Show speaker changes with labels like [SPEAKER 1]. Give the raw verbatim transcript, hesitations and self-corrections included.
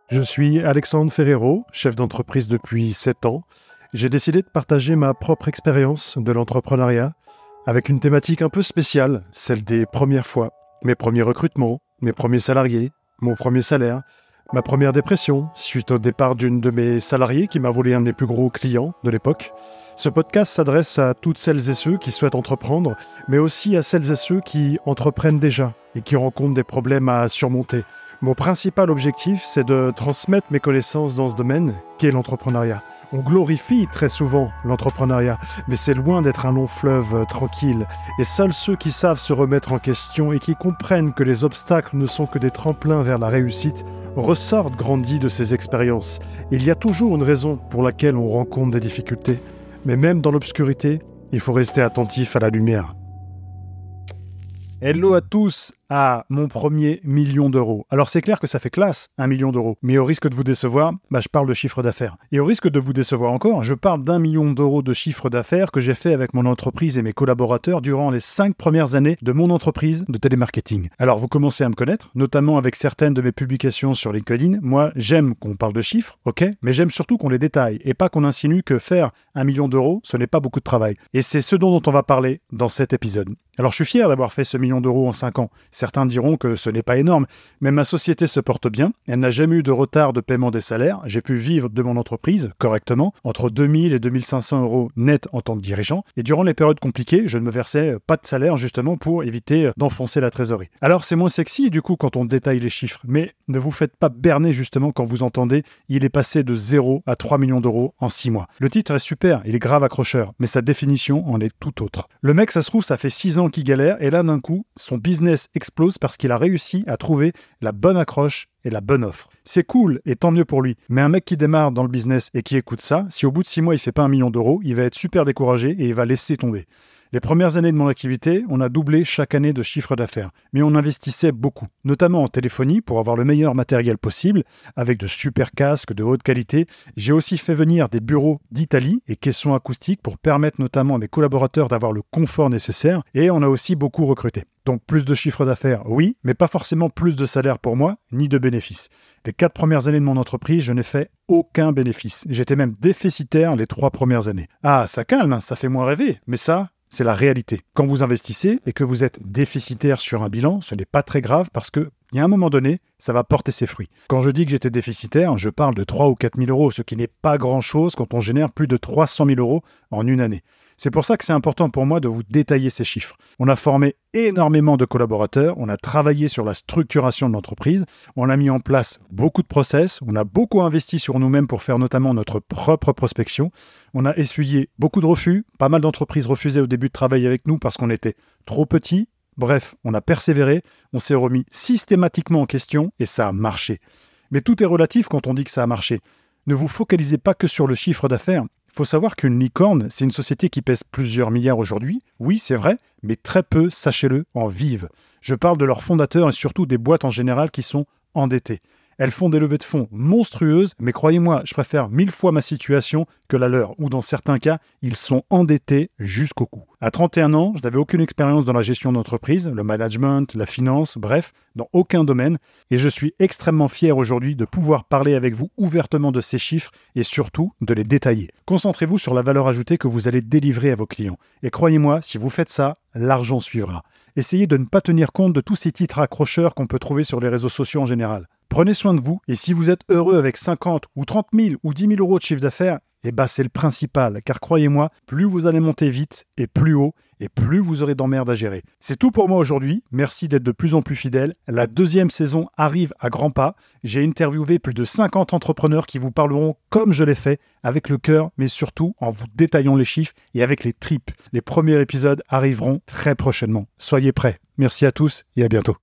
[SPEAKER 1] Je suis Alexandre Ferrero, chef d'entreprise depuis sept ans. J'ai décidé de partager ma propre expérience de l'entrepreneuriat avec une thématique un peu spéciale, celle des premières fois. Mes premiers recrutements, mes premiers salariés, mon premier salaire, ma première dépression suite au départ d'une de mes salariés qui m'a volé un de mes plus gros clients de l'époque. Ce podcast s'adresse à toutes celles et ceux qui souhaitent entreprendre, mais aussi à celles et ceux qui entreprennent déjà et qui rencontrent des problèmes à surmonter. Mon principal objectif, c'est de transmettre mes connaissances dans ce domaine qu'est l'entrepreneuriat. On glorifie très souvent l'entrepreneuriat, mais c'est loin d'être un long fleuve tranquille. Et seuls ceux qui savent se remettre en question et qui comprennent que les obstacles ne sont que des tremplins vers la réussite ressortent grandis de ces expériences. Il y a toujours une raison pour laquelle on rencontre des difficultés. Mais même dans l'obscurité, il faut rester attentif à la lumière. Hello à tous, à mon premier million d'euros. Alors c'est clair que ça fait classe, un million d'euros. Mais au risque de vous décevoir, bah, je parle de chiffre d'affaires. Et au risque de vous décevoir encore, je parle d'un million d'euros de chiffre d'affaires que j'ai fait avec mon entreprise et mes collaborateurs durant les cinq premières années de mon entreprise de télémarketing. Alors vous commencez à me connaître, notamment avec certaines de mes publications sur LinkedIn. Moi, j'aime qu'on parle de chiffres, ok, mais j'aime surtout qu'on les détaille et pas qu'on insinue que faire un million d'euros, ce n'est pas beaucoup de travail. Et c'est ce dont on va parler dans cet épisode. Alors je suis fier d'avoir fait ce million d'euros en cinq ans. Certains diront que ce n'est pas énorme, mais ma société se porte bien. Elle n'a jamais eu de retard de paiement des salaires. J'ai pu vivre de mon entreprise correctement, entre deux mille et deux mille cinq cents euros net en tant que dirigeant. Et durant les périodes compliquées, je ne me versais pas de salaire justement pour éviter d'enfoncer la trésorerie. Alors c'est moins sexy du coup quand on détaille les chiffres, mais ne vous faites pas berner justement quand vous entendez « il est passé de zéro à trois millions d'euros en six mois ». Le titre est super, il est grave accrocheur, mais sa définition en est tout autre. Le mec, ça se trouve, ça fait six ans qu'il galère et là d'un coup, son business explose parce qu'il a réussi à trouver la bonne accroche et la bonne offre. C'est cool et tant mieux pour lui. Mais un mec qui démarre dans le business et qui écoute ça, si au bout de six mois il fait pas un million d'euros, il va être super découragé et il va laisser tomber. Les premières années de mon activité, on a doublé chaque année de chiffre d'affaires. Mais on investissait beaucoup, notamment en téléphonie pour avoir le meilleur matériel possible, avec de super casques de haute qualité. J'ai aussi fait venir des bureaux d'Italie et caissons acoustiques pour permettre notamment à mes collaborateurs d'avoir le confort nécessaire. Et on a aussi beaucoup recruté. Donc plus de chiffre d'affaires, oui, mais pas forcément plus de salaire pour moi, ni de bénéfices. Les quatre premières années de mon entreprise, je n'ai fait aucun bénéfice. J'étais même déficitaire les trois premières années. Ah, ça calme, ça fait moins rêver, mais ça... c'est la réalité. Quand vous investissez et que vous êtes déficitaire sur un bilan, ce n'est pas très grave parce que il y a un moment donné, ça va porter ses fruits. Quand je dis que j'étais déficitaire, je parle de trois ou quatre mille euros, ce qui n'est pas grand-chose quand on génère plus de trois cent mille euros en une année. C'est pour ça que c'est important pour moi de vous détailler ces chiffres. On a formé énormément de collaborateurs, on a travaillé sur la structuration de l'entreprise, on a mis en place beaucoup de process, on a beaucoup investi sur nous-mêmes pour faire notamment notre propre prospection, on a essuyé beaucoup de refus, pas mal d'entreprises refusaient au début de travailler avec nous parce qu'on était trop petits. Bref, on a persévéré, on s'est remis systématiquement en question et ça a marché. Mais tout est relatif quand on dit que ça a marché. Ne vous focalisez pas que sur le chiffre d'affaires. Il faut savoir qu'une licorne, c'est une société qui pèse plusieurs milliards aujourd'hui. Oui, c'est vrai, mais très peu, sachez-le, en vivent. Je parle de leurs fondateurs et surtout des boîtes en général qui sont endettées. Elles font des levées de fonds monstrueuses, mais croyez-moi, je préfère mille fois ma situation que la leur, où dans certains cas, ils sont endettés jusqu'au cou. À trente et un ans, je n'avais aucune expérience dans la gestion d'entreprise, le management, la finance, bref, dans aucun domaine, et je suis extrêmement fier aujourd'hui de pouvoir parler avec vous ouvertement de ces chiffres et surtout de les détailler. Concentrez-vous sur la valeur ajoutée que vous allez délivrer à vos clients. Et croyez-moi, si vous faites ça, l'argent suivra. Essayez de ne pas tenir compte de tous ces titres accrocheurs qu'on peut trouver sur les réseaux sociaux en général. Prenez soin de vous et si vous êtes heureux avec cinquante ou trente mille ou dix mille euros de chiffre d'affaires, eh ben c'est le principal. Car croyez-moi, plus vous allez monter vite et plus haut et plus vous aurez d'emmerdes à gérer. C'est tout pour moi aujourd'hui. Merci d'être de plus en plus fidèles. La deuxième saison arrive à grands pas. J'ai interviewé plus de cinquante entrepreneurs qui vous parleront comme je l'ai fait, avec le cœur, mais surtout en vous détaillant les chiffres et avec les tripes. Les premiers épisodes arriveront très prochainement. Soyez prêts. Merci à tous et à bientôt.